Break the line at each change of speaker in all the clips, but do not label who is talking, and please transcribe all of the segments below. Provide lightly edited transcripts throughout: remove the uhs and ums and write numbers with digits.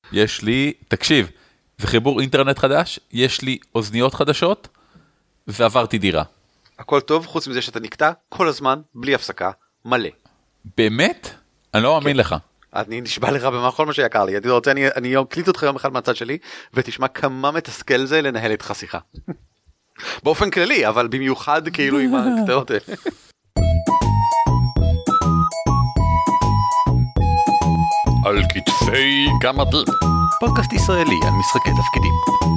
יש לי, תקשיב, זה חיבור אינטרנט חדש, יש לי אוזניות חדשות, ועברתי דירה.
הכל טוב, חוץ מזה שאתה נקטע כל הזמן, בלי הפסקה, מלא.
באמת? אני לא מאמין לך.
אני נשבע לך בכל מה שיקר לי. אני אקליט אותך יום אחד מהצד שלי, ותשמע כמה מתסכל זה לנהל איתך שיחה. באופן כללי, אבל במיוחד כאילו עם הקטעות האלה.
על כתפי גמדים.
פודקאסט ישראלי על משחקי תפקידים.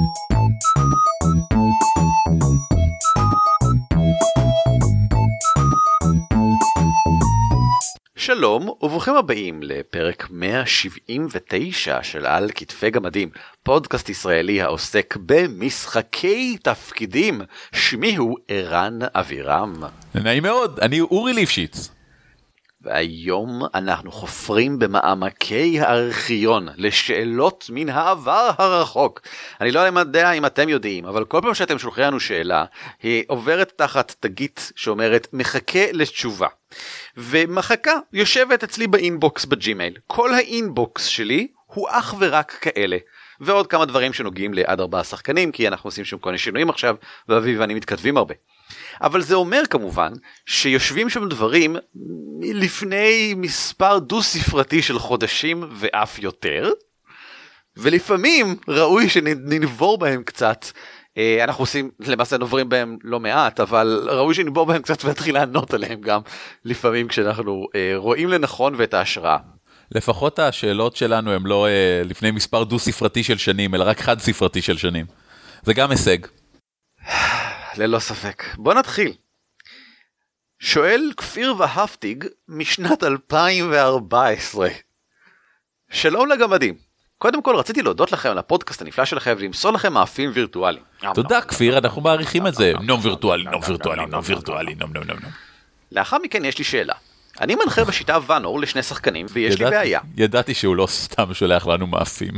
שלום וברוכים הבאים לפרק 179 של על כתפי גמדים, פודקאסט ישראלי העוסק במשחקי תפקידים. שמי הוא ערן אבירם.
נעים מאוד, אני אורי ליפשיץ.
והיום אנחנו חופרים במעמקי הארכיון לשאלות מן העבר הרחוק. אני לא יודע אם אתם יודעים, אבל כל פעם שאתם שולחים לנו שאלה, היא עוברת תחת תגית שאומרת מחכה לתשובה. ומחכה יושבת אצלי באינבוקס בג'ימייל. כל האינבוקס שלי הוא אך ורק כאלה. ועוד כמה דברים שנוגעים לעד 4 שחקנים, כי אנחנו עושים שם כל מיני שינויים עכשיו, ואביב ואני מתכתבים הרבה. אבל זה אומר כמובן שיושבים שם דברים לפני מספר דו ספרתי של חודשים ואף יותר, ולפעמים ראוי שננבור בהם קצת. אנחנו עושים, למעשה נוברים בהם לא מעט, אבל ראוי שננבור בהם קצת ונתחיל לענות עליהם גם לפעמים כשאנחנו רואים לנכון ואת ההשראה.
לפחות השאלות שלנו הם לא לפני מספר דו ספרתי של שנים, אלא רק חד ספרתי של שנים. זה גם הישג.
ללא ספק. בוא נתחיל. שואל כפיר והפטיג משנת 2014. שלום לגמדים. קודם כל רציתי להודות לכם על הפודקאסט הנפלא שלכם ולמסור לכם מאפים וירטואליים.
תודה כפיר, אנחנו מעריכים את זה. נום וירטואלי, נום וירטואלי, נום וירטואלי, נום נום נום.
לאחר מכן יש לי שאלה. אני מנחה בשיטה ונור לשני שחקנים ויש לי בעיה.
ידעתי שהוא לא סתם שולח לנו מאפים.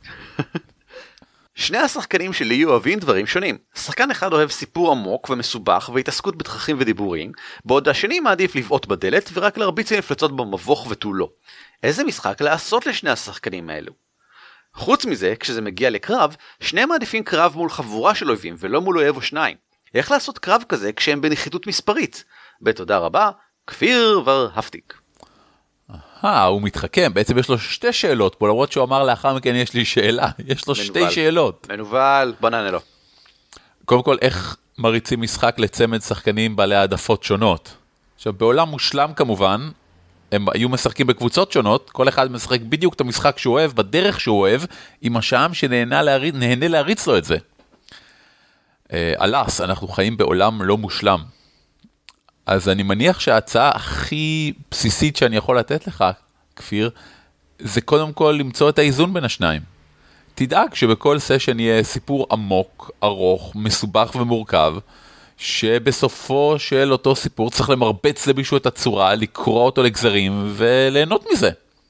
שני השחקנים שלי אוהבים דברים שונים. שחקן אחד אוהב סיפור עמוק ומסובך והתעסקות בתככים ודיבורים, בעוד השני מעדיף לבעוט בדלת ורק להרביץ מפלצות במבוך ותו לא. איזה משחק לעשות לשני השחקנים האלו? חוץ מזה, כשזה מגיע לקרב, שניהם מעדיפים קרב מול חבורה של אויבים ולא מול אויב או שניים. איך לעשות קרב כזה כשהם בנחיתות מספרית? בתודה רבה, כפיר והפטיג.
הוא מתחכם, בעצם יש לו שתי שאלות פה, למרות שהוא אמר לאחר מכן יש לי שאלה, יש לו שתי שאלות.
מנובל, בוא נענה לו.
קודם כל, איך מריצים משחק לצמד שחקנים בעלי העדפות שונות? עכשיו, בעולם מושלם כמובן, הם היו משחקים בקבוצות שונות, כל אחד משחק בדיוק את המשחק שהוא אוהב, בדרך שהוא אוהב, עם השעם שנהנה להריץ לו את זה. אלס, אנחנו חיים בעולם לא מושלם. אז אני מניח שההצעה הכי בסיסית שאני יכול לתת לך, כפיר, זה קודם כל למצוא את האיזון בין השניים. תדאג שבכל סשן יהיה סיפור עמוק, ארוך, מסובך ומורכב, שבסופו של אותו סיפור צריך למרבץ למישהו את הצורה, לקרוא אותו לגזרים וליהנות מזה.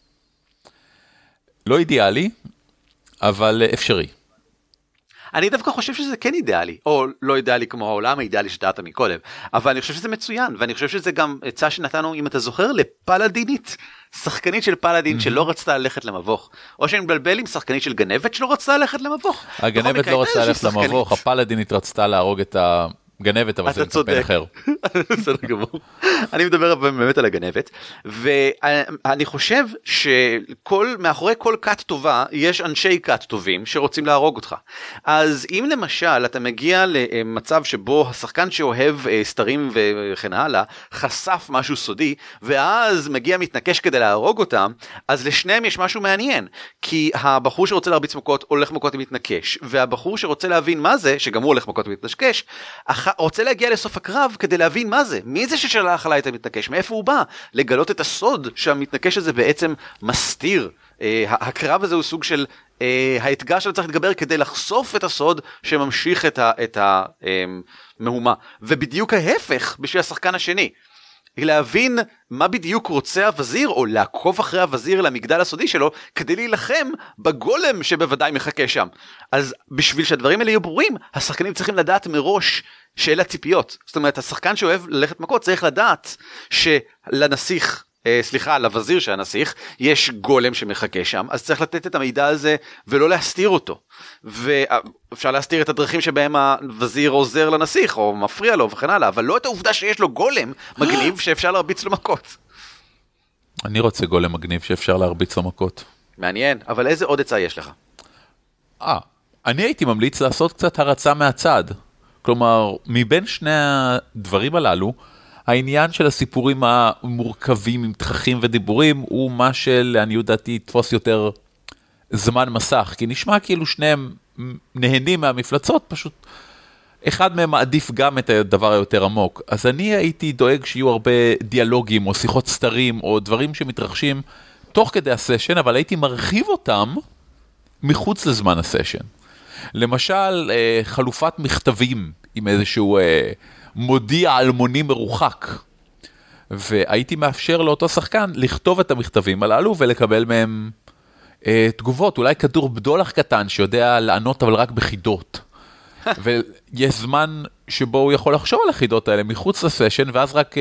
לא אידיאלי, אבל אפשרי.
אני דווקא חושב שזה כן אידיאלי, או לא אידיאלי כמו העולם האידיאלי שדעת מקודם, אבל אני חושב שזה מצוין, ואני חושב שזה גם עצה שנתנו, אם אתה זוכר, לפלדינית, שחקנית של פלדין שלא רצתה ללכת למבוך, או שנבלבל עם שחקנית של גנבת שלא רצתה ללכת למבוך.
הגנבת לא רצתה ללכת למבוך, הפלדינית רצתה להרוג את הגנבת, אבל זה קמפיין אחר.
בסדר גמור. אני מדבר באמת על הגנבת, ואני חושב שמאחורי כל קאט טובה, יש אנשי קאט טובים שרוצים להרוג אותך. אז אם למשל אתה מגיע למצב שבו השחקן שאוהב סתרים וכן הלאה, חשף משהו סודי, ואז מגיע מתנקש כדי להרוג אותם, אז לשניהם יש משהו מעניין, כי הבחור שרוצה להרביץ מכות, הולך מכות עם מתנקש, והבחור שרוצה להבין מה זה, שגם הוא הולך מכות עם מתנקש, רוצה להגיע לסוף הקרב כדי להבין מה זה, מי זה ששלח עליי את המתנקש, מאיפה הוא בא, לגלות את הסוד שהמתנקש הזה בעצם מסתיר. הקרב הזה הוא סוג של האתגר שלו צריך להתגבר כדי לחשוף את הסוד שממשיך את המהומה, ובדיוק ההפך בשביל השחקן השני. להבין מה בדיוק רוצה הווזיר, או לעקוב אחרי הווזיר למגדל הסודי שלו, כדי להילחם בגולם שבוודאי מחכה שם. אז בשביל שהדברים האלה יהיו ברורים, השחקנים צריכים לדעת מראש שאלה ציפיות. זאת אומרת, השחקן שאוהב ללכת מכות צריך לדעת שלנסיך סליחה, לווזיר של הנסיך, יש גולם שמחכה שם, אז צריך לתת את המידע הזה ולא להסתיר אותו. ואפשר להסתיר את הדרכים שבהם הווזיר עוזר לנסיך, או מפריע לו וכן הלאה, אבל לא את העובדה שיש לו גולם מגניב שאפשר להרביץ לו מכות.
אני רוצה גולם מגניב שאפשר להרביץ לו מכות.
מעניין, אבל איזה עוד עצה יש לך?
אני הייתי ממליץ לעשות קצת הרצה מהצד. כלומר, מבין שני הדברים הללו, העניין של הסיפורים המורכבים עם תככים ודיבורים, הוא מה שלעניות דעתי תפוס יותר זמן מסך, כי נשמע כאילו שניהם נהנים מהמפלצות, פשוט אחד מהם מעדיף גם את הדבר היותר עמוק. אז אני הייתי דואג שיהיו הרבה דיאלוגים או שיחות סתרים או דברים שמתרחשים תוך כדי הסשן, אבל הייתי מרחיב אותם מחוץ לזמן הסשן. למשל, חלופת מכתבים עם איזשהו מודיע אלמוני מרוחק. והייתי מאפשר לאותו שחקן לכתוב את המכתבים הללו ולקבל מהם תגובות. אולי כדור בדולח קטן שיודע לענות אבל רק בחידות. ויש זמן שבו הוא יכול לחשוב על החידות האלה מחוץ לסשן, ואז רק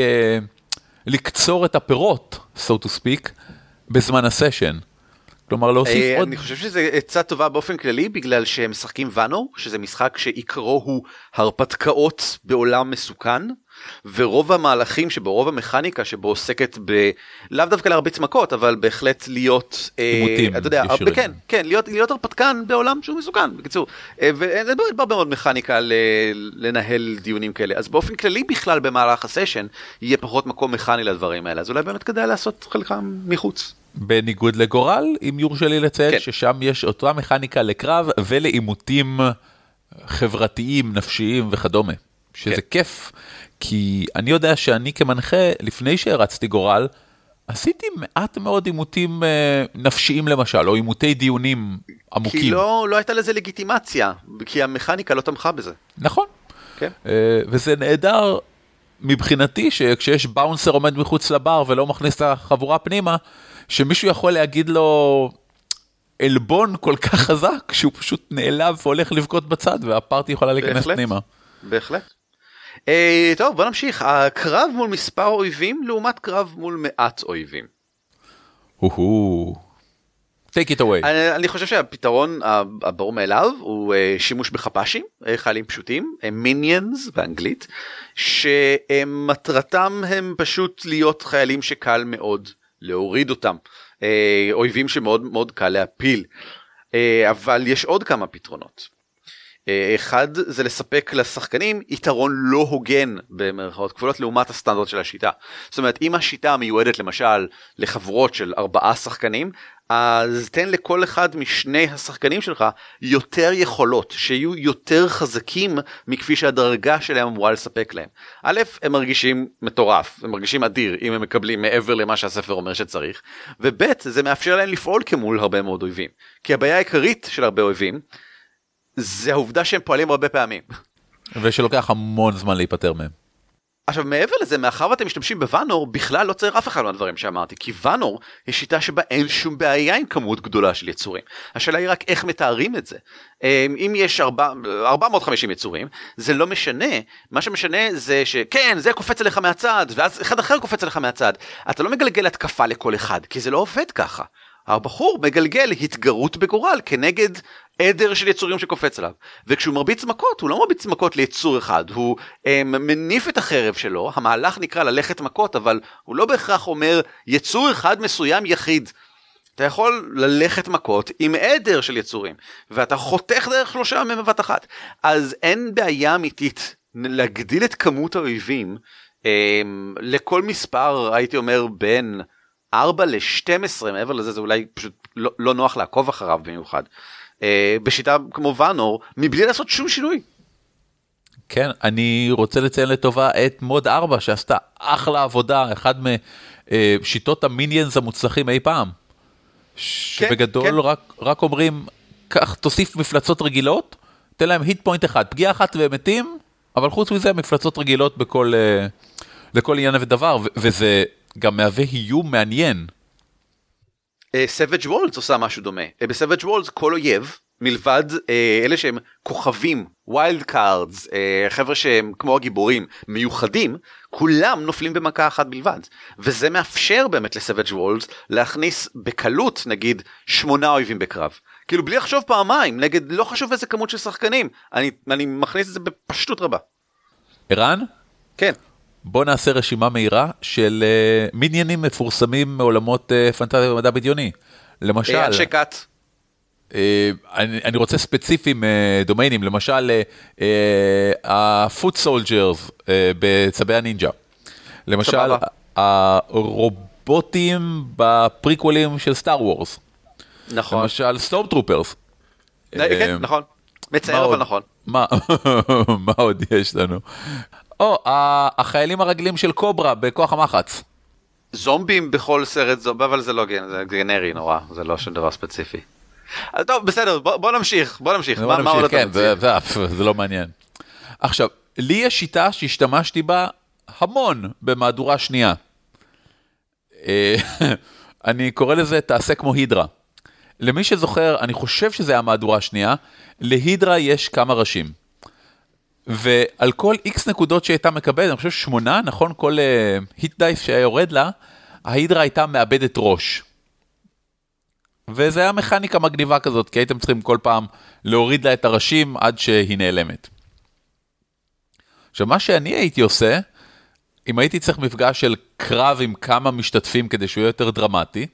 לקצור את הפירות, so to speak, בזמן הסשן. כלומר, להוסיף עוד...
אני חושב שזה עצה טובה באופן כללי, בגלל שהם משחקים ואנור, שזה משחק שעיקרו הוא הרפתקאות בעולם מסוכן, ורוב המהלכים שבו, רוב המכניקה שבו עוסקת לאו דווקא להרביץ מכות, אבל בהחלט להיות...
עימותים ישירים.
כן, להיות הרפתקן בעולם שהוא מסוכן, בקיצור. ואין הרבה מאוד מכניקה לנהל דיונים כאלה. אז באופן כללי בכלל במהלך הסשן, יהיה פחות מקום מכני לדברים האלה. אז אולי באמת כדאי לעשות חלקם מחוץ.
בניגוד לגורל, אם יורשה לי לציין,
כן.
ששם יש אותה מכניקה לקרב ולעימותים חברתיים, נפשיים וכדומה. שזה
כן.
כיף, כי אני יודע שאני כמנחה, לפני שהרצתי גורל, עשיתי מעט מאוד עימותים נפשיים למשל, או עימותי דיונים עמוקים.
כי לא הייתה לזה לגיטימציה, כי המכניקה לא תמכה בזה.
נכון.
כן.
וזה נהדר מבחינתי, שכשיש באונסר עומד מחוץ לבר ולא מכניס את החבורה פנימה, שמישהו יכול להגיד לו אלבון כל כך חזק, שהוא פשוט נעלב והולך לבכות בצד, והפארטי יכולה להיכנס פנימה.
בהחלט. טוב, בוא נמשיך. הקרב מול מספר אויבים, לעומת קרב מול מעט אויבים.
take it away.
אני חושב שהפתרון הברור מאליו, הוא שימוש בחפשים, חיילים פשוטים, מיניאנס באנגלית, שמטרתם הם פשוט להיות חיילים שקל מאוד להוריד אותם. אויבים שמאוד מאוד קל להפיל. אבל יש עוד כמה פתרונות. אחד זה לספק לשחקנים יתרון לא הוגן במרכאות כפולות לעומת הסטנדרט של השיטה. זאת אומרת, אם השיטה מיועדת למשל לחברות של 4 שחקנים, אז תן לכל אחד משני השחקנים שלך יותר יכולות, שיהיו יותר חזקים מכפי שהדרגה שלהם אמורה לספק להם. א', הם מרגישים מטורף, הם מרגישים אדיר אם הם מקבלים מעבר למה שהספר אומר שצריך, וב', זה מאפשר להם לפעול כמול הרבה מאוד אויבים. כי הבעיה העיקרית של הרבה אויבים, זה העובדה שהם פועלים הרבה פעמים.
ושלוקח המון זמן להיפטר מהם.
עכשיו, מעבר לזה, מאחר ואתם משתמשים בוואנור, בכלל לא צריך אף אחד מהדברים שאמרתי, כי וואנור היא שיטה שבה אין שום בעיה עם כמות גדולה של יצורים. השאלה היא רק איך מתארים את זה. אם יש 450 יצורים, זה לא משנה. מה שמשנה זה שכן, זה קופץ עליך מהצד, ואז אחד אחר קופץ עליך מהצד. אתה לא מגלגל התקפה לכל אחד, כי זה לא עובד ככה. הבחור מגלגל התגרות בגורל כנגד עדר של יצורים שקופץ עליו. וכשהוא מרביץ מכות, הוא לא מרביץ מכות ליצור אחד, הוא מניף את החרב שלו, המהלך נקרא ללכת מכות, אבל הוא לא בהכרח אומר יצור אחד מסוים יחיד. אתה יכול ללכת מכות עם עדר של יצורים, ואתה חותך דרך 3 מהם בבת אחת. אז אין בעיה אמיתית להגדיל את כמות האויבים, לכל מספר, הייתי אומר, בין 4 ל-12, מעבר לזה זה אולי פשוט לא נוח לעקוב אחריו במיוחד. בשיטה כמו ואנור, מבלי לעשות שום שינוי.
כן, אני רוצה לציין לטובה את מוד 4, שעשתה אחלה עבודה, אחד משיטות המיניאנס המוצלחים אי פעם. שבגדול רק אומרים, כך תוסיף מפלצות רגילות, תן להם היט פוינט אחד, פגיעה אחת והם מתים, אבל חוץ מזה מפלצות רגילות לכל עניין ודבר, וזה גם מהווה איום מעניין.
Savage Worlds עושה משהו דומה. ב-Savage Worlds כל אויב מלבד אלה שהם כוכבים, ווילד קארדס, חבר'ה שהם כמו הגיבורים מיוחדים, כולם נופלים במכה אחת בלבד. וזה מאפשר באמת לסאביג' וולס להכניס בקלות, נגיד, 8 אויבים בקרב. כאילו בלי לחשוב פעמיים, נגד לא חשוב איזה כמות של שחקנים, אני מכניס את זה בפשטות רבה.
ערן?
כן.
בוא נעשה רשימה מהירה של מיניינים מפורסמים מעולמות פנטזיה ומדע בדיוני. למשל...
אנשי קאט.
אני רוצה ספציפיים דומיינים, למשל ה-Foot Soldiers בצבי הנינג'ה. למשל הרובוטים בפריקוולים של סטאר וורס.
נכון.
למשל Stormtroopers.
כן, נכון. מצער אבל נכון.
מה עוד יש לנו? או, החיילים הרגילים של קוברה בכוח המחץ.
זומבים בכל סרט זומבי, אבל זה לא גנרי נורא, זה לא שום דבר ספציפי. טוב, בסדר, בוא נמשיך. מה עוד אתה מציע?
זה לא מעניין. עכשיו, לי יש שיטה שהשתמשתי בה המון במהדורה שנייה. אני קורא לזה תעשה כמו הידרה. למי שזוכר, אני חושב שזה המהדורה השנייה, להידרה יש כמה ראשים. ועל כל X נקודות שהייתה מקבלת, אני חושב 8, נכון? כל היט דייס שהיה יורד לה, ההידרה הייתה מאבדת ראש. וזה היה מכניקה מגניבה כזאת, כי הייתם צריכים כל פעם להוריד לה את הראשים עד שהיא נעלמת. עכשיו, מה שאני הייתי עושה, אם הייתי צריך מפגש של קרב עם כמה משתתפים כדי שהוא יהיה יותר דרמטי,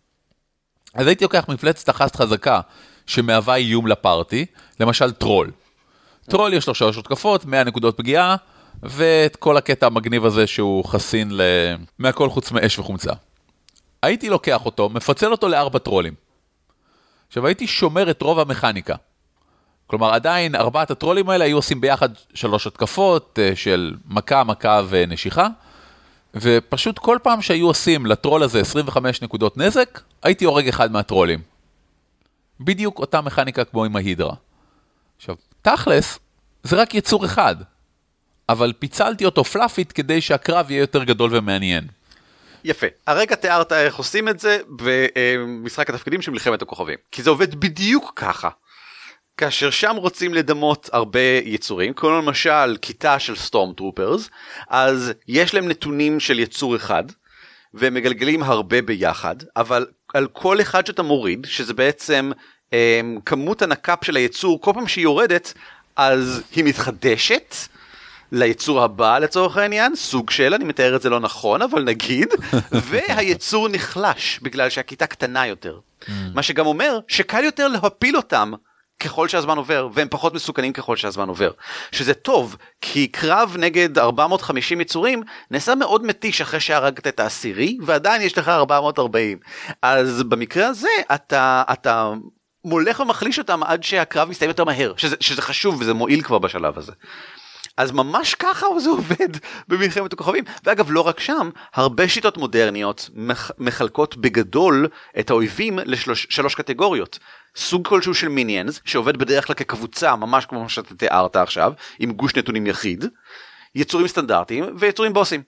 אז הייתי לוקח מפלצת אחת חזקה שמהווה איום לפארטי, למשל טרול. טרול יש לו 3 התקפות, 100 נקודות פגיעה, ואת כל הקטע המגניב הזה שהוא חסין מהכל חוץ מאש וחומצה. הייתי לוקח אותו, מפצל אותו ל4 טרולים. עכשיו הייתי שומר את רוב המכניקה. כלומר עדיין 4 הטרולים האלה היו עושים ביחד 3 התקפות של מכה ונשיכה, ופשוט כל פעם שהיו עושים לטרול הזה 25 נקודות נזק, הייתי הורג אחד מהטרולים. בדיוק אותה מכניקה כמו עם ההידרה. עכשיו, תכלס, זה רק יצור אחד, אבל פיצלתי אותו פלאפית כדי שהקרב יהיה יותר גדול ומעניין.
יפה. הרגע תיארת איך עושים את זה במשחק התפקידים של מלחמת הכוכבים. כי זה עובד בדיוק ככה. כאשר שם רוצים לדמות הרבה יצורים, כמו למשל כיתה של Stormtroopers, אז יש להם נתונים של יצור אחד, והם מגלגלים הרבה ביחד, אבל על כל אחד שאתה מוריד, שזה בעצם כמות הנקאפ של היצור, כל פעם שהיא יורדת, אז היא מתחדשת ליצור הבא לצורך העניין, סוג של, אני מתאר את זה לא נכון, אבל נגיד, והיצור נחלש, בגלל שהכיתה קטנה יותר. מה שגם אומר שקל יותר להפיל אותם, ככל שהזמן עובר, והם פחות מסוכנים ככל שהזמן עובר. שזה טוב, כי קרב נגד 450 יצורים, נעשה מאוד מתיש אחרי שהרגת את העשירי, ועדיין יש לך 440. אז במקרה הזה, אתה מולך ומחליש אותם עד שהקרב מסתיים יותר מהר, שזה חשוב וזה מועיל כבר בשלב הזה. אז ממש ככה זה עובד במלחמת הכוכבים. ואגב, לא רק שם, הרבה שיטות מודרניות מחלקות בגדול את האויבים ל3 קטגוריות. סוג כלשהו של מיניאנס, שעובד בדרך כלל כקבוצה, ממש כמו שאתה תיארת עכשיו, עם גוש נתונים יחיד, יצורים סטנדרטיים ויצורים בוסים.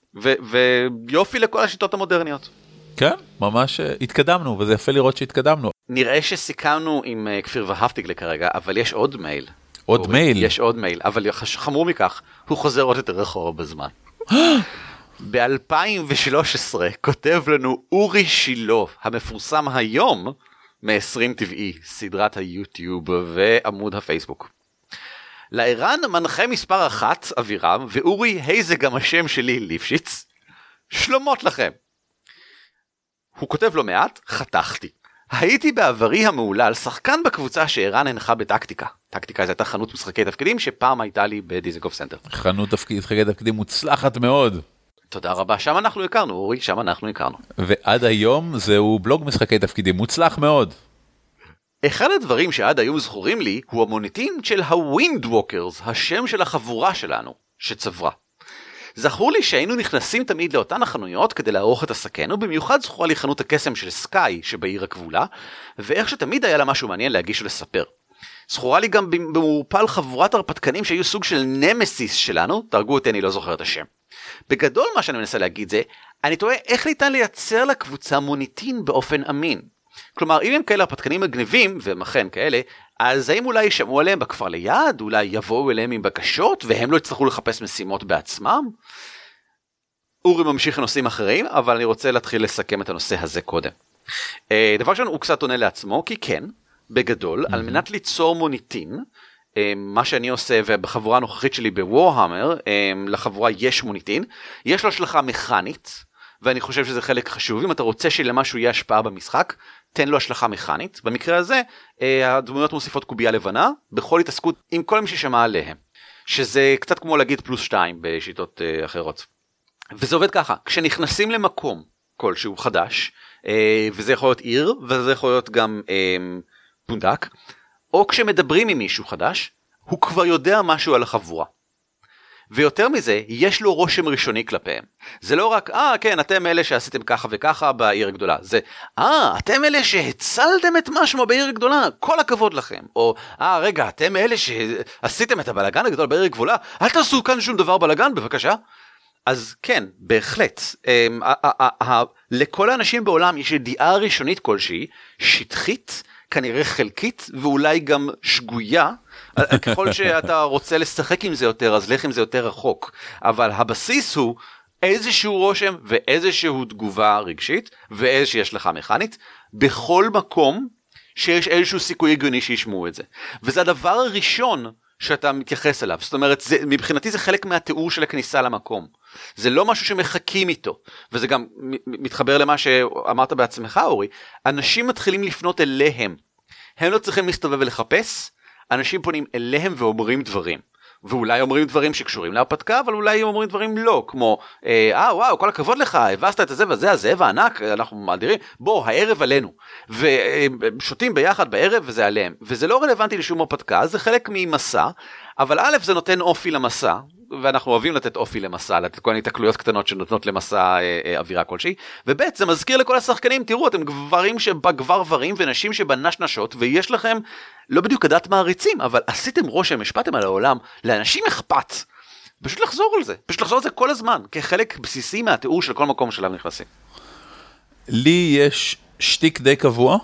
ויופי לכל השיטות המודרניות.
כן, ממש התקדמנו, וזה יפה לראות שהתקדמנו.
נראה שסיכמנו עם כפיר והפטיג לכרגע, אבל יש עוד מייל.
עוד מייל?
יש עוד מייל, אבל חמור מכך, הוא חוזר עוד יותר רחוק בזמן. ב-2013 כותב לנו אורי שילו, המפורסם היום מ-20 טבעי, סדרת היוטיוב ועמוד הפייסבוק. לערן מנחה מספר 1, אבירם, ואורי, היי זה גם השם שלי, ליפשיץ, שלומות לכם. הוא כותב לו מעט, חתכתי. הייתי בעברי המעולל שחקן בקבוצה שערן הנחה בטקטיקה. טקטיקה זה הייתה חנות משחקי תפקידים שפעם הייתה לי בדיזנגוף סנטר.
חנות משחקי תפקידים מוצלחת מאוד.
תודה רבה, שם אנחנו הכרנו, אורי, שם אנחנו הכרנו.
ועד היום זהו בלוג משחקי תפקידים מוצלח מאוד.
אחד הדברים שעד היום זכורים לי הוא המוניטין של הווינדווקרס, השם של החבורה שלנו, שצברה. זכור לי שהיינו נכנסים תמיד לאותן החנויות כדי לערוך את עסקנו, במיוחד זכורה לי חנות הקסם של סקאי שבעיר הכבולה, ואיך שתמיד היה לה משהו מעניין להגיש ולספר. זכורה לי גם במעורפל חבורת הרפתקנים שהיו סוג של נמסיס שלנו, תרגו אותי, אני לא זוכר את השם. בגדול מה שאני מנסה להגיד זה, אני תוהה איך ניתן לייצר לקבוצה מוניטין באופן אמין. כלומר, אם הם כאלה הרפתקנים מגניבים, והם אכן כאלה, אז האם אולי ישמעו עליהם בכפר ליד, אולי יבואו אליהם עם בקשות, והם לא יצטרכו לחפש משימות בעצמם? אורי ממשיך לנושאים אחרים, אבל אני רוצה להתחיל לסכם את הנושא הזה קודם. דבר ראשון, הוא קצת עונה לעצמו, כי כן, בגדול, על מנת ליצור מוניטין, מה שאני עושה, ובחבורה הנוכחית שלי בוורהמר, לחבורה יש מוניטין, יש לו השלכה מכנית, ואני חושב שזה חלק חשוב. אם אתה רוצה שלמשהו יהיה השפעה במשחק, תן לו השלכה מכנית. במקרה הזה, הדמויות מוסיפות קובייה לבנה, בכל התעסקות עם כל מי ששמע עליהם. שזה קצת כמו להגיד +2 בשיטות אחרות. וזה עובד ככה, כשנכנסים למקום כלשהו חדש, וזה יכול להיות עיר, וזה יכול להיות גם פונדק, או כשמדברים עם מישהו חדש, הוא כבר יודע משהו על החבורה. ויותר מזה, יש לו רושם ראשוני כלפיהם. זה לא רק, כן, אתם אלה שעשיתם ככה וככה בעיר הגדולה. זה, אתם אלה שהצלתם את משהו בעיר הגדולה, כל הכבוד לכם. או, רגע, אתם אלה שעשיתם את הבלגן הגדול בעיר הגדולה, אל תעשו כאן שום דבר בלגן, בבקשה. אז כן, בהחלט, לכל האנשים בעולם יש ידיעה ראשונית כלשהי, שטחית, כנראה חלקית, ואולי גם שגויה, ככל שאתה רוצה לשחק עם זה יותר, אז לך עם זה יותר רחוק, אבל הבסיס הוא איזשהו רושם, ואיזשהו תגובה רגשית, ואיזושהי השלכה מכנית, בכל מקום שיש איזשהו סיכוי הגיוני שישמעו את זה. וזה הדבר הראשון שאתה מתייחס אליו, זאת אומרת, מבחינתי זה חלק מהתיאור של הכניסה למקום. זה לא משהו שמחכים איתו, וזה גם מתחבר למה שאמרת בעצמך, אורי. אנשים מתחילים לפנות אליהם. הם לא צריכים להסתובב ולחפש, אנשים פונים אליהם ואומרים דברים. ואולי אומרים דברים שקשורים להרפתקה, אבל אולי אומרים דברים לא, כמו, וואו, כל הכבוד לך, הבסת את זה וזה, הזאב הענק, אנחנו מאדירים, בוא, הערב עלינו. ושותים ביחד בערב וזה עליהם. וזה לא רלוונטי לשום הרפתקה, זה חלק ממסע, אבל א' זה נותן אופי למסע, ואנחנו אוהבים לתת אופי למסע, לתת כל מיני תקלויות קטנות שנותנות למסע אווירה כלשהי, וב' זה מזכיר לכל השחקנים, תראו, אתם גברים שבגברברים ונשים שבנשנשות, ויש לכם לא בדיוק עדת מעריצים, אבל עשיתם רושם, השפעתם על העולם, לאנשים אכפת, פשוט לחזור על זה, כל הזמן, כחלק בסיסי מהתיאור של כל מקום שלב נכנסים.
לי יש שטיק די קבוע,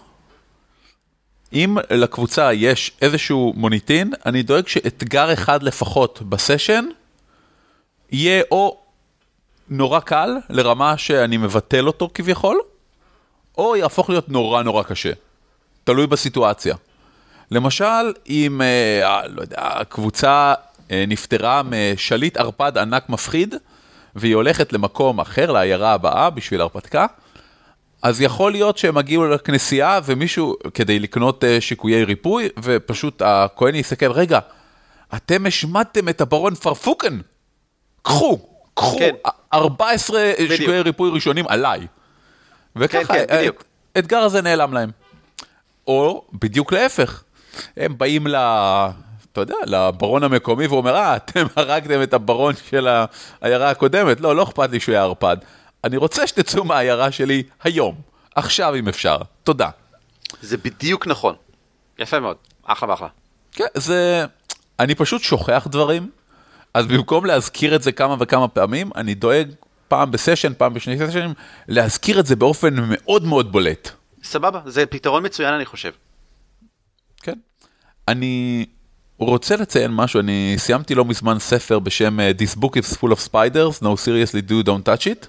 אם לקבוצה יש איזשהו מוניטין, אני דואג שאתגר אחד לפחות בסשן, יהיה או נורא קל, לרמה שאני מבטל אותו כביכול, או יהפוך להיות נורא נורא קשה. תלוי בסיטואציה. למשל, אם, לא יודע, הקבוצה נפטרה משליט ערפד ענק מפחיד, והיא הולכת למקום אחר, לעיירה הבאה, בשביל הרפתקה, אז יכול להיות שהם הגיעו לכנסייה, ומישהו, כדי לקנות שיקויי ריפוי, ופשוט הכהן יסתכל, רגע, אתם השמדתם את הברון פרפוקן, קחו,
כן.
14 שיקויי ריפוי ראשונים עליי. וככה, האתגר הזה נעלם להם. או בדיוק להפך, הם באים אתה יודע, לברון המקומי, והוא אומר, אתם הרגתם את הברון של העיירה הקודמת, לא אכפת לי שהוא היה ערפד. אני רוצה שתצאו מהעיירה שלי היום, עכשיו אם אפשר. תודה.
זה בדיוק נכון. יפה מאוד. אחלה ואחלה.
כן, אני פשוט שוכח דברים, אז במקום להזכיר את זה כמה וכמה פעמים, אני דואג פעם בסשן, פעם בשני סשנים, להזכיר את זה באופן מאוד מאוד בולט.
סבבה, זה פתרון מצוין אני חושב.
כן. אני רוצה לציין משהו, אני סיימתי לא מזמן ספר בשם This Book is Full of Spiders, No Seriously Do, Don't Touch It.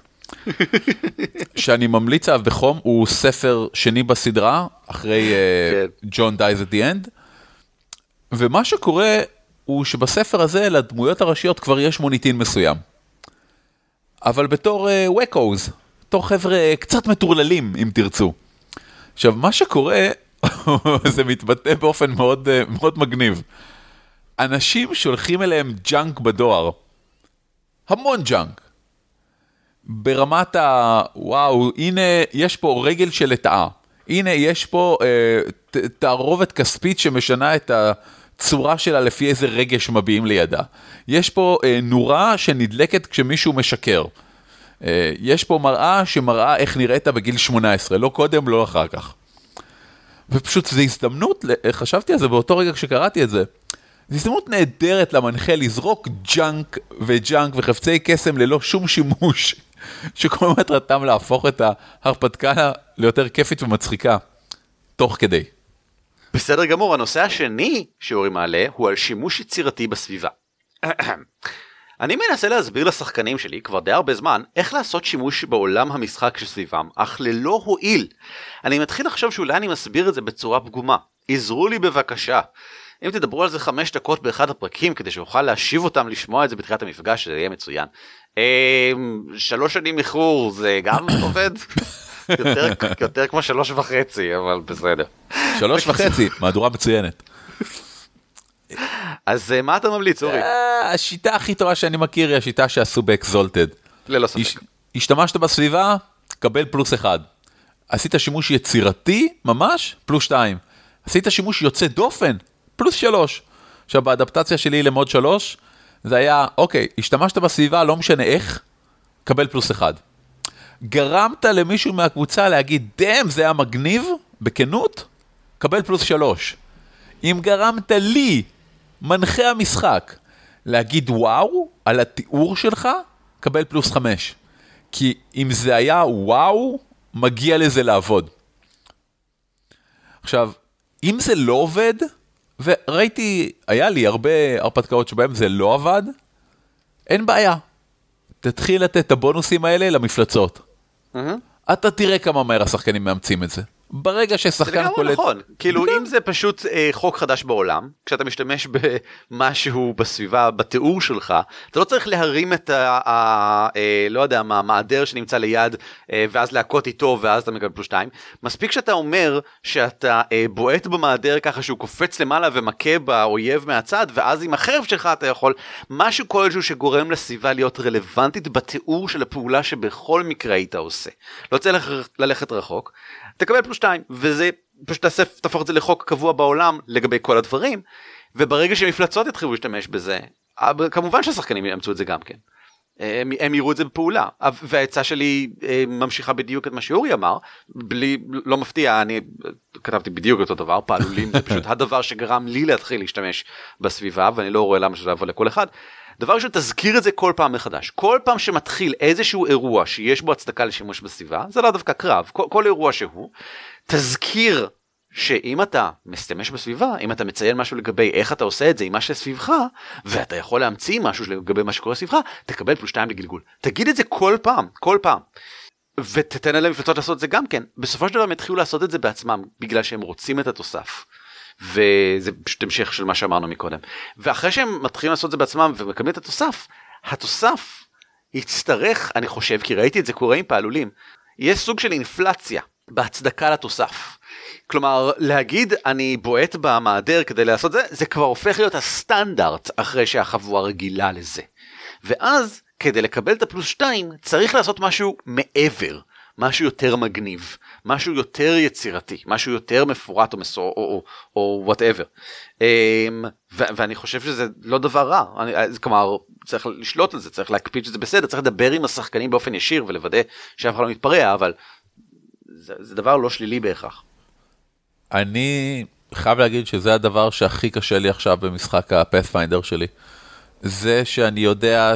שאני ממליץ עליו בחום, הוא ספר שני בסדרה, אחרי John Dies at the End, ומה שקורה הוא שבספר הזה לדמויות הראשיות כבר יש מוניטין מסוים, אבל בתור ווקוז, בתור חבר'ה קצת מטורללים אם תרצו. עכשיו מה שקורה, זה מתבטא באופן מאוד, מאוד מגניב, אנשים שולחים אליהם ג'אנק בדואר, המון ג'אנק, ברמת וואו, הנה יש פה רגל של לטאה, הנה יש פה תערובת כספית שמשנה את הצורה שלה לפי איזה רגש מביאים לידה, יש פה נורה שנדלקת כשמישהו משקר, יש פה מראה שמראה איך נראית בגיל 18, לא קודם, לא אחר כך. ופשוט זו הזדמנות, חשבתי על זה באותו רגע כשקראתי את זה, זו הזדמנות נהדרת למנחה לזרוק ג'אנק וג'אנק וחפצי קסם ללא שום שימוש, שכל מטרתם להפוך את ההרפתקה ליותר כיפית ומצחיקה. תוך כדי.
בסדר גמור, הנושא השני שאורי מעלה הוא על שימוש יצירתי בסביבה. אני מנסה להסביר לשחקנים שלי כבר די הרבה זמן איך לעשות שימוש בעולם המשחק שסביבם, אך ללא הועיל. אני מתחיל לחשוב שאולי אני מסביר את זה בצורה פגומה. עזרו לי בבקשה. אם תדברו על זה 5 דקות באחד הפרקים כדי שאוכל להשיב אותם לשמוע את זה בתחילת המפגש, זה יהיה מצוין. 3 שנים איחור זה גם עובד? יותר כמו 3.5, אבל בסדר.
3.5, מהדורה מצוינת.
אז מה אתה ממליץ, אורי?
השיטה הכי טובה שאני מכיר היא השיטה שעשו באקזולטד.
ללא ספק.
השתמשת בסביבה, קבל +1. עשית שימוש יצירתי, ממש, +2. עשית שימוש יוצא דופן, +3. עכשיו, באדפטציה שלי למוד 3, זה היה, אוקיי, השתמשת בסביבה, לא משנה איך, קבל +1. גרמת למישהו מהקבוצה להגיד, דם, זה היה מגניב, בכנות, קבל +3. אם גרמת לי, מנחה המשחק, להגיד וואו על התיאור שלך, קבל +5. כי אם זה היה וואו, מגיע לזה לעבוד. עכשיו, אם זה לא עובד, וראיתי, היה לי הרבה הרפתקאות שבהם זה לא עבד, אין בעיה. תתחיל לתת את הבונוסים האלה למפלצות. אתה תראה כמה מהר השחקנים מאמצים את זה. ברגע ששחקן קולט...
זה נכון, כאילו אם זה פשוט חוק חדש בעולם, כשאתה משתמש במשהו בסביבה, בתיאור שלך, אתה לא צריך להרים את לא יודע מה, המעדר שנמצא ליד, ואז להכות איתו, ואז אתה מקבל +2. מספיק שאתה אומר שאתה בועט במעדר ככה שהוא קופץ למעלה ומכה באויב מהצד, ואז עם החרב שלך אתה יכול, משהו כלשהו שגורם לסביבה להיות רלוונטית בתיאור של הפעולה שבכל מקרה היית עושה. לא צריך ללכת רחוק. תקבל +2, וזה פשוט תהפוך את זה לחוק קבוע בעולם לגבי כל הדברים, וברגע שמפלצות יתחילו להשתמש בזה, כמובן שהשחקנים יאמצו את זה גם כן. הם יראו את זה בפעולה, וההצעה שלי ממשיכה בדיוק את מה שאורי אמר, לא מפתיע, אני כתבתי בדיוק אותו דבר, פעלולים זה פשוט הדבר שגרם לי להתחיל להשתמש בסביבה, ואני לא רואה למה שזה יבוא לכל אחד. דבר ראשון, תזכיר את זה כל פעם מחדש. כל פעם שמתחיל איזשהו אירוע שיש בו הצדקה לשימוש בסביבה, זה לא דווקא קרב, כל אירוע שהוא, תזכיר שאם אתה משתמש בסביבה, אם אתה מציין משהו לגבי איך אתה עושה את זה עם מה שסביבך, ואתה יכול להמציא משהו לגבי מה שקורה סביבך, תקבל +2 לגלגול. תגיד את זה כל פעם, כל פעם. ותתן עליהם מפלצות לעשות את זה גם כן. בסופו של דבר הם התחילו לעשות את זה בעצמם, בגלל שהם רוצים את התוסף. וזה פשוט המשך של מה שאמרנו מקודם. ואחרי שהם מתחילים לעשות את זה בעצמם ומקבלים את התוסף, התוסף יצטרך, אני חושב, כי ראיתי את זה קורה עם פעלולים, יש סוג של אינפלציה בהצדקה לתוסף. כלומר, להגיד אני בועט במעדר כדי לעשות זה, זה כבר הופך להיות הסטנדרט אחרי שהחבורה רגילה לזה. ואז, כדי לקבל את +2, צריך לעשות משהו מעבר. משהו יותר מגניב, משהו יותר יצירתי, משהו יותר מפורט או whatever. ואני חושב שזה לא דבר רע, כלומר, צריך לשלוט על זה, צריך להקפיד שזה בסדר, צריך לדבר עם השחקנים באופן ישיר ולוודא שאף אחד לא מתפרע, אבל זה דבר לא שלילי בהכרח.
אני חייב להגיד שזה הדבר שהכי קשה לי עכשיו במשחק הפאת'פיינדר שלי. זה שאני יודע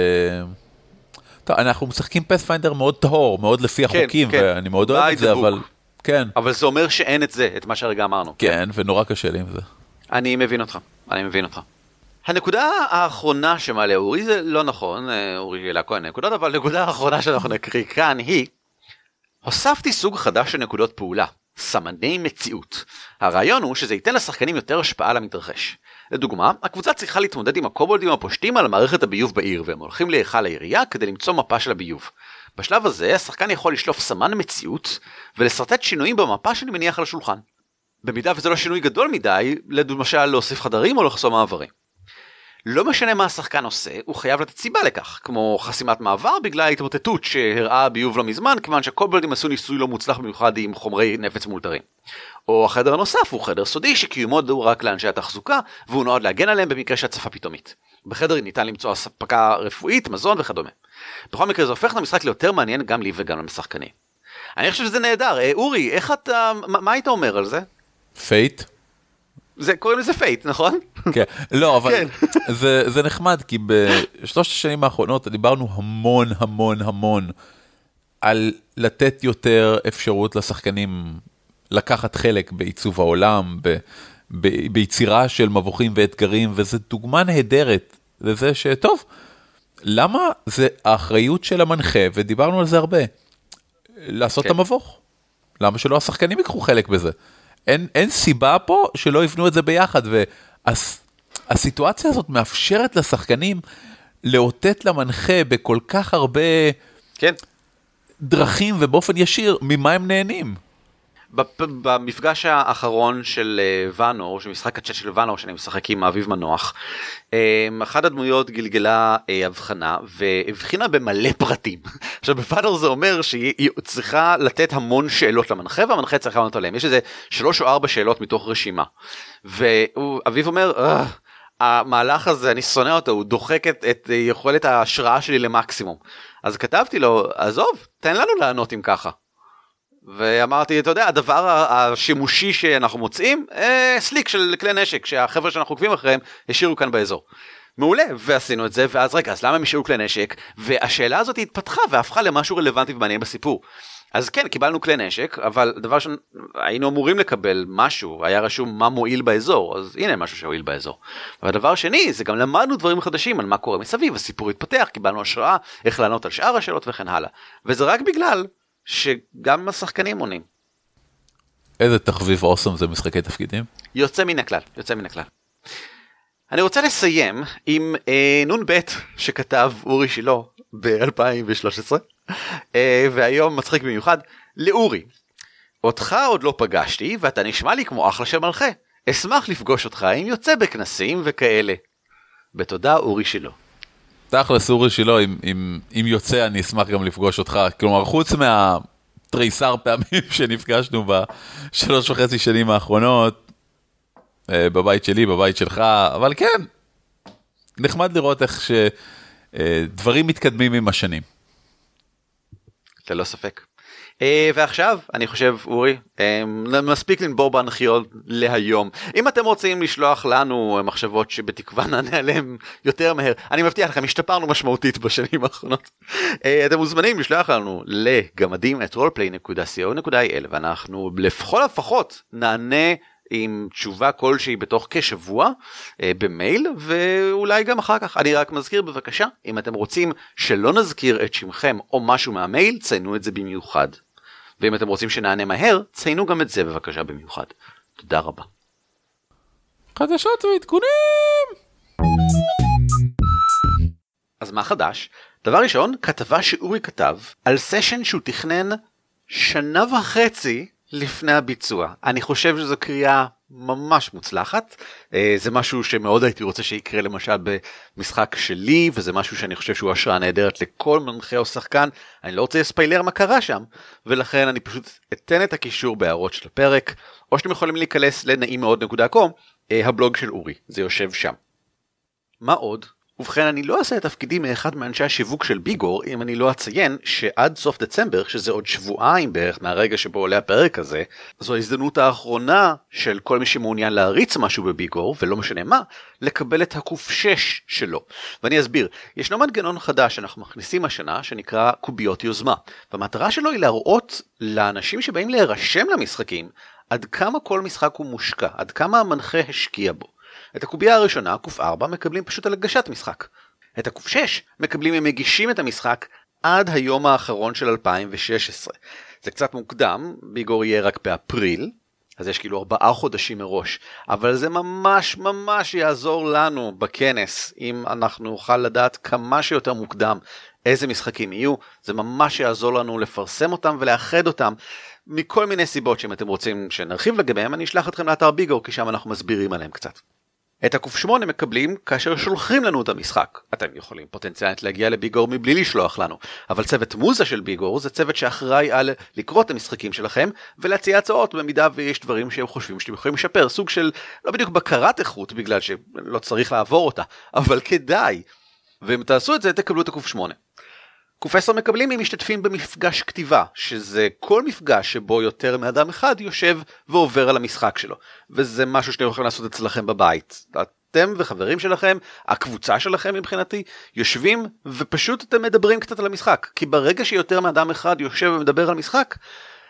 טוב, אנחנו משחקים פאת'פיינדר מאוד טהור, מאוד לפי החוקים,
כן.
ואני מאוד אוהב את זה, אבל כן.
אבל זה אומר שאין את זה, את מה שהרגע אמרנו.
כן, ונורא קשה לי עם זה.
אני מבין אותך. הנקודה האחרונה שמעלה אורי, זה לא נכון, אורי אלא כל הנקודות, אבל הנקודה האחרונה שאנחנו נקריא כאן היא, הוספתי סוג חדש של נקודות פעולה, סמני מציאות. הרעיון הוא שזה ייתן לשחקנים יותר השפעה על המתרחש. לדוגמה, הקבוצה צריכה להתמודד עם הקובולדים הפושטים על מערכת הביוב בעיר, והם הולכים להיכל העירייה כדי למצוא מפה של הביוב. בשלב הזה, השחקן יכול לשלוף סמן מציאות, ולסרטט שינויים במפה שאני מניח על השולחן. במידה וזה לא שינוי גדול מדי, למשל להוסיף חדרים או לחסום מעברים. לא משנה מה השחקן עושה, הוא חייב לתת סיבה לכך, כמו חסימת מעבר בגלל ההתמוטטות שהראה הביוב לא מזמן, כיוון שהקובולדים עשו ניסוי לא מוצלח במיוחד עם חומרי נפץ מאולתרים. או החדר הנוסף הוא חדר סודי שקיומו דור רק לאנשי התחזוקה, והוא נועד להגן עליהם במקרה שהצפה פתאומית. בחדר ניתן למצוא אספקה רפואית, מזון וכדומה. בכל מקרה זה הופך את המשחק ליותר מעניין גם לי וגם לשחקנים. אני חושב שזה נהדר. אורי, איך אתה, מה היית אומר על זה?
פייט?
קוראים לזה פייט, נכון?
כן, לא, אבל זה נחמד, כי בשלושת השנים האחרונות דיברנו המון על לתת יותר אפשרות לשחקנים לקחת חלק בעיצוב העולם, ביצירה של מבוכים ואתגרים, וזו דוגמה נהדרת לזה שטוב, למה זה האחריות של המנחה, ודיברנו על זה הרבה, לעשות את המבוך? למה שלא השחקנים ייקחו חלק בזה? אין סיבה פה שלא יבנו את זה ביחד, והסיטואציה הזאת מאפשרת לשחקנים לאותת למנחה בכל כך הרבה דרכים ובאופן ישיר ממה הם נהנים.
במפגש האחרון של ואנור, של משחק הצ'אט של ואנור שאני משחק עם אביב מנוח, אחת הדמויות גלגלה הבחנה והבחינה במלא פרטים. עכשיו בוואנור זה אומר שהיא צריכה לתת המון שאלות למנחה, והמנחה צריכה לענות עליהם. יש איזה 3 או 4 שאלות מתוך רשימה, ואביב אומר המהלך הזה אני שונא אותו, הוא דוחק את יכולת ההשראה שלי למקסימום. אז כתבתי לו, עזוב, תן לנו לענות אם ככה. ואמרתי, אתה יודע, הדבר השימושי שאנחנו מוצאים, סליק של כלי נשק, שהחבר'ה שאנחנו עוקבים אחריהם השאירו כאן באזור. מעולה, ועשינו את זה, ואז רגע, אז למה הם השאירו כלי נשק? והשאלה הזאת התפתחה והפכה למשהו רלוונטי ומעניין בסיפור. אז כן, קיבלנו כלי נשק, אבל דבר שהיינו אמורים לקבל משהו, היה רשום מה מועיל באזור, אז הנה משהו שהועיל באזור. והדבר שני, זה גם למדנו דברים חדשים על מה קורה מסביב, הסיפור התפתח, קיבלנו השראה, איך לענות על שאר השאלות וכן הלאה. וזה רק בגלל שגם השחקנים עונים.
איזה תחביב אוסם זה משחקי תפקידים?
יוצא מן הכלל, יוצא מן הכלל. אני רוצה לסיים עם נון בית שכתב אורי שילה ב-2013, והיום מצחיק במיוחד, לאורי, אותך עוד לא פגשתי ואתה נשמע לי כמו אחלה של מלכה, אשמח לפגוש אותך אם יוצא בכנסים וכאלה. בתודה אורי שילה.
תכלס אורי שילה, אם יוצא אני אשמח גם לפגוש אותך, כלומר חוץ מהתריסר פעמים שנפגשנו ב3.5 שנים האחרונות, בבית שלי, בבית שלך, אבל כן, נחמד לראות איך שדברים מתקדמים עם השנים.
ללא ספק. ועכשיו, אני חושב, אורי, מספיק לנבור בהנחיות להיום. אם אתם רוצים לשלוח לנו מחשבות שבתקווה נענה עליהם יותר מהר, אני מבטיח לכם, השתפרנו משמעותית בשנים האחרונות. אתם מוזמנים לשלוח לנו לגמדים@roleplay.co.il, ואנחנו לכל לפחות נענה עם תשובה כלשהי בתוך כשבוע במייל, ואולי גם אחר כך. אני רק מזכיר בבקשה, אם אתם רוצים שלא נזכיר את שמכם או משהו מהמייל, ציינו את זה במיוחד. ואם אתם רוצים שנענה מהר, ציינו גם את זה בבקשה במיוחד. תודה רבה.
חדשות ועדכונים!
אז מה חדש? דבר ראשון, כתבה שאורי כתב על סשן שהוא תכנן 1.5 שנה לפני הביצוע. אני חושב שזו קריאה ממש מוצלחת. זה משהו שמאוד הייתי רוצה שיקרה למשל במשחק שלי, וזה משהו שאני חושב שהוא השראה נהדרת לכל מנחה או שחקן. אני לא רוצה לספיילר מה קרה שם, ולכן אני פשוט אתן את הקישור בהערות של הפרק, או שאתם יכולים להיכנס לנעים-מאוד.com, הבלוג של אורי, זה יושב שם. מה עוד? ובכן, אני לא אעשה את תפקידי מאחד מאנשי השיווק של ביגור, אם אני לא אציין שעד סוף דצמבר, שזה עוד שבועיים בערך מהרגע שבו עולה הפרק הזה, זו ההזדמנות האחרונה של כל מי שמעוניין להריץ משהו בביגור, ולא משנה מה, לקבל את הקוף 6 שלו. ואני אסביר, ישנו מנגנון חדש שאנחנו מכניסים השנה, שנקרא קוביות יוזמה, והמטרה שלו היא להראות לאנשים שבאים להירשם למשחקים, עד כמה כל משחק הוא מושקע, עד כמה המנחה השקיע בו. את הקובייה הראשונה, קוף 4, מקבלים פשוט על הגשת משחק. את הקוף 6 מקבלים הם מגישים את המשחק עד היום האחרון של 2016. זה קצת מוקדם, ביגור יהיה רק באפריל, אז יש כאילו 4 חודשים מראש, אבל זה ממש ממש יעזור לנו בכנס, אם אנחנו נוכל לדעת כמה שיותר מוקדם איזה משחקים יהיו, זה ממש יעזור לנו לפרסם אותם ולאחד אותם, מכל מיני סיבות שאם אתם רוצים שנרחיב לגביהם, אני אשלח אתכם לאתר ביגור, כי שם אנחנו מסבירים עליהם קצת. את הקוף 8 מקבלים כאשר שולחים לנו את המשחק. אתם יכולים פוטנציאלית להגיע לביגור מבלי לשלוח לנו, אבל צוות מוזה של ביגור זה צוות שאחראי על לקרוא את המשחקים שלכם ולהציע הצעות במידה ויש דברים שהם חושבים שאתם יכולים לשפר, סוג של לא בדיוק בקרת איכות בגלל שלא צריך לעבור אותה, אבל כדאי. ואם תעשו את זה תקבלו את הקוף 8. קוף 10 מקבלים אם משתתפים במפגש כתיבה, שזה כל מפגש שבו יותר מאדם אחד יושב ועובר על המשחק שלו. וזה משהו שאתם יכולים לעשות אצלכם בבית. אתם וחברים שלכם, הקבוצה שלכם מבחינתי, יושבים ופשוט אתם מדברים קצת על המשחק. כי ברגע שיותר מאדם אחד יושב ומדבר על משחק,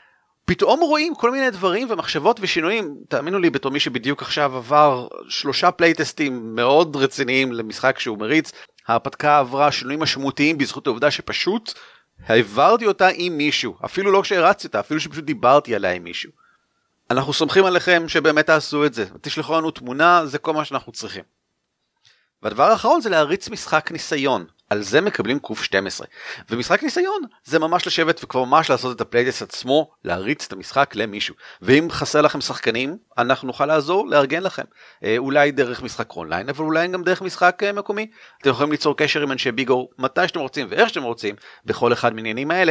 פתאום רואים כל מיני דברים ומחשבות ושינויים, תאמינו לי בתור מי שבדיוק עכשיו עבר 3 פלייטסטים מאוד רציניים למשחק שהוא מריץ, ההרפתקה עברה שינויים משמעותיים בזכות העובדה שפשוט העברתי אותה עם מישהו, אפילו לא כשהרצתי אותה, אפילו שפשוט דיברתי עליה עם מישהו. אנחנו סומכים עליכם שבאמת תעשו את זה, תשלחו לנו תמונה, זה כל מה שאנחנו צריכים. והדבר האחרון זה להריץ משחק ניסיון, על זה מקבלים קוף 12. ומשחק ניסיון זה ממש לשבת וכבר ממש לעשות את הפלייטסט עצמו, להריץ את המשחק למישהו. ואם חסר לכם שחקנים, אנחנו נוכל לעזור, לארגן לכם. אולי דרך משחק אונליין, אבל אולי גם דרך משחק מקומי. אתם יכולים ליצור קשר עם אנשי ביגור מתי שאתם רוצים ואיך שאתם רוצים, בכל אחד מעניינים האלה,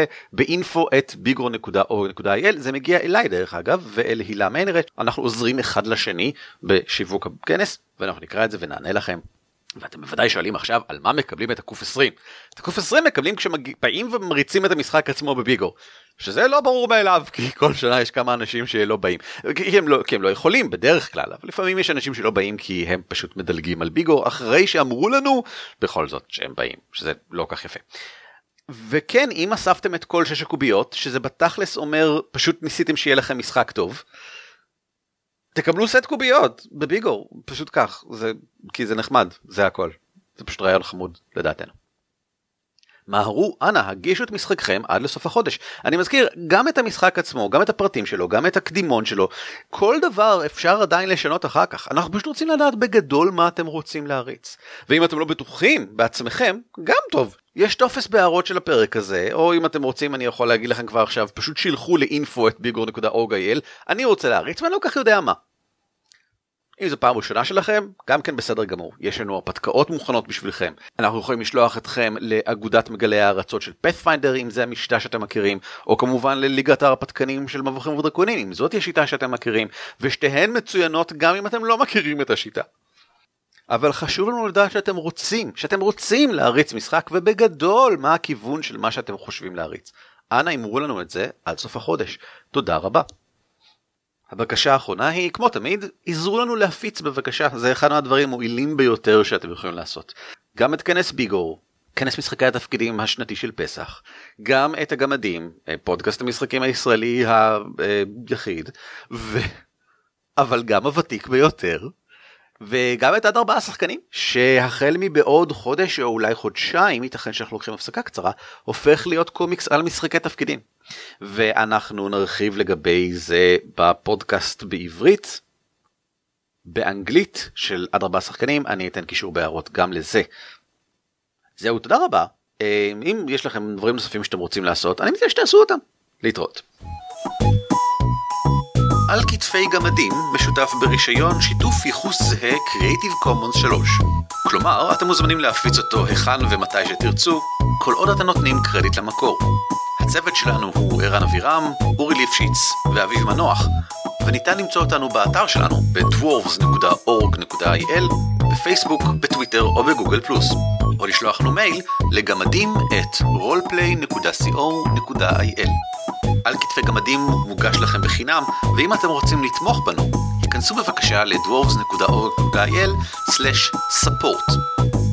ב-info@bigor.org.il. זה מגיע אליי דרך אגב, ואל הילה מיינרט. אנחנו עוזרים אחד לשני בשיווק הכנס, ואנחנו נקרא את זה ונענה לכם. ואתם בוודאי שואלים עכשיו על מה מקבלים את הקוף 20. את הקוף 20 מקבלים כשבאים ומריצים את המשחק עצמו בביגור. שזה לא ברור מאליו, כי כל שנה יש כמה אנשים שלא באים. כי הם לא יכולים בדרך כלל, אבל לפעמים יש אנשים שלא באים כי הם פשוט מדלגים על ביגור, אחרי שאמרו לנו בכל זאת שהם באים, שזה לא כך יפה. וכן, אם אספתם את כל 6 הקוביות, שזה בתכלס אומר פשוט ניסיתם שיהיה לכם משחק טוב, תקבלו סט קוביות בביגור, פשוט כך, כי זה נחמד, זה הכל. זה פשוט רעיון חמוד, לדעתנו. מהרו, אנא, הגישו את משחקכם עד לסוף החודש. אני מזכיר, גם את המשחק עצמו, גם את הפרטים שלו, גם את הקדימון שלו, כל דבר אפשר עדיין לשנות אחר כך. אנחנו פשוט רוצים לדעת בגדול מה אתם רוצים להריץ. ואם אתם לא בטוחים בעצמכם, גם טוב. יש טופס בהערות של הפרק הזה, או אם אתם רוצים, אני יכול להגיד לכם כבר עכשיו, פשוט שילחו ל-info@bigor.org.il, אני רוצה להריץ ואני לא כך יודע מה. אם זו פעם ראשונה שלכם, גם כן בסדר גמור. יש לנו הרפתקאות מוכנות בשבילכם. אנחנו יכולים לשלוח אתכם לאגודת מגלי הארצות של Pathfinder, אם זה המשטה שאתם מכירים, או כמובן לליגת ההרפתקנים של מבוכים ודרקונים, אם זאת השיטה שאתם מכירים, ושתיהן מצוינות גם אם אתם לא מכירים את השיטה. אבל חשוב לנו לדעת שאתם רוצים להריץ משחק, ובגדול מה הכיוון של מה שאתם חושבים להריץ. אנא אמרו לנו את זה עד סוף החודש. תודה רבה. הבקשה האחרונה היא, כמו תמיד, עזרו לנו להפיץ בבקשה, זה אחד מהדברים מועילים ביותר שאתם יכולים לעשות. גם את כנס ביגור, כנס משחקי התפקידים השנתי של פסח, גם את הגמדים, פודקאסט המשחקים הישראלי היחיד, אבל גם הוותיק ביותר, וגם את עד 4 שחקנים, שהחל מבעוד חודש או אולי חודשיים, ייתכן שאנחנו לוקחים הפסקה קצרה, הופך להיות קומיקס על משחקי תפקידים. ואנחנו נרחיב לגבי זה בפודקאסט בעברית, באנגלית של עד 4 שחקנים, אני אתן קישור בהערות גם לזה. זהו, תודה רבה. אם יש לכם דברים נוספים שאתם רוצים לעשות, אני מציע שתעשו אותם. להתראות. על כתפי גמדים משותף ברישיון שיתוף ייחוס זהה Creative Commons 3. כלומר, אתם מוזמנים להפיץ אותו היכן ומתי שתרצו, כל עוד אתם נותנים קרדיט למקור. הצוות שלנו הוא ערן אבירם, אורי ליפשיץ ואביב מנוח, וניתן למצוא אותנו באתר שלנו ב-dwarves.org.il, בפייסבוק, בטוויטר או בגוגל פלוס, או לשלוח לנו מייל לגמדים@roleplay.co.il. על כתפי גמדים מוגש לכם בחינם, ואם אתם רוצים לתמוך בנו, היכנסו בבקשה ל-dwarves.org.il/support.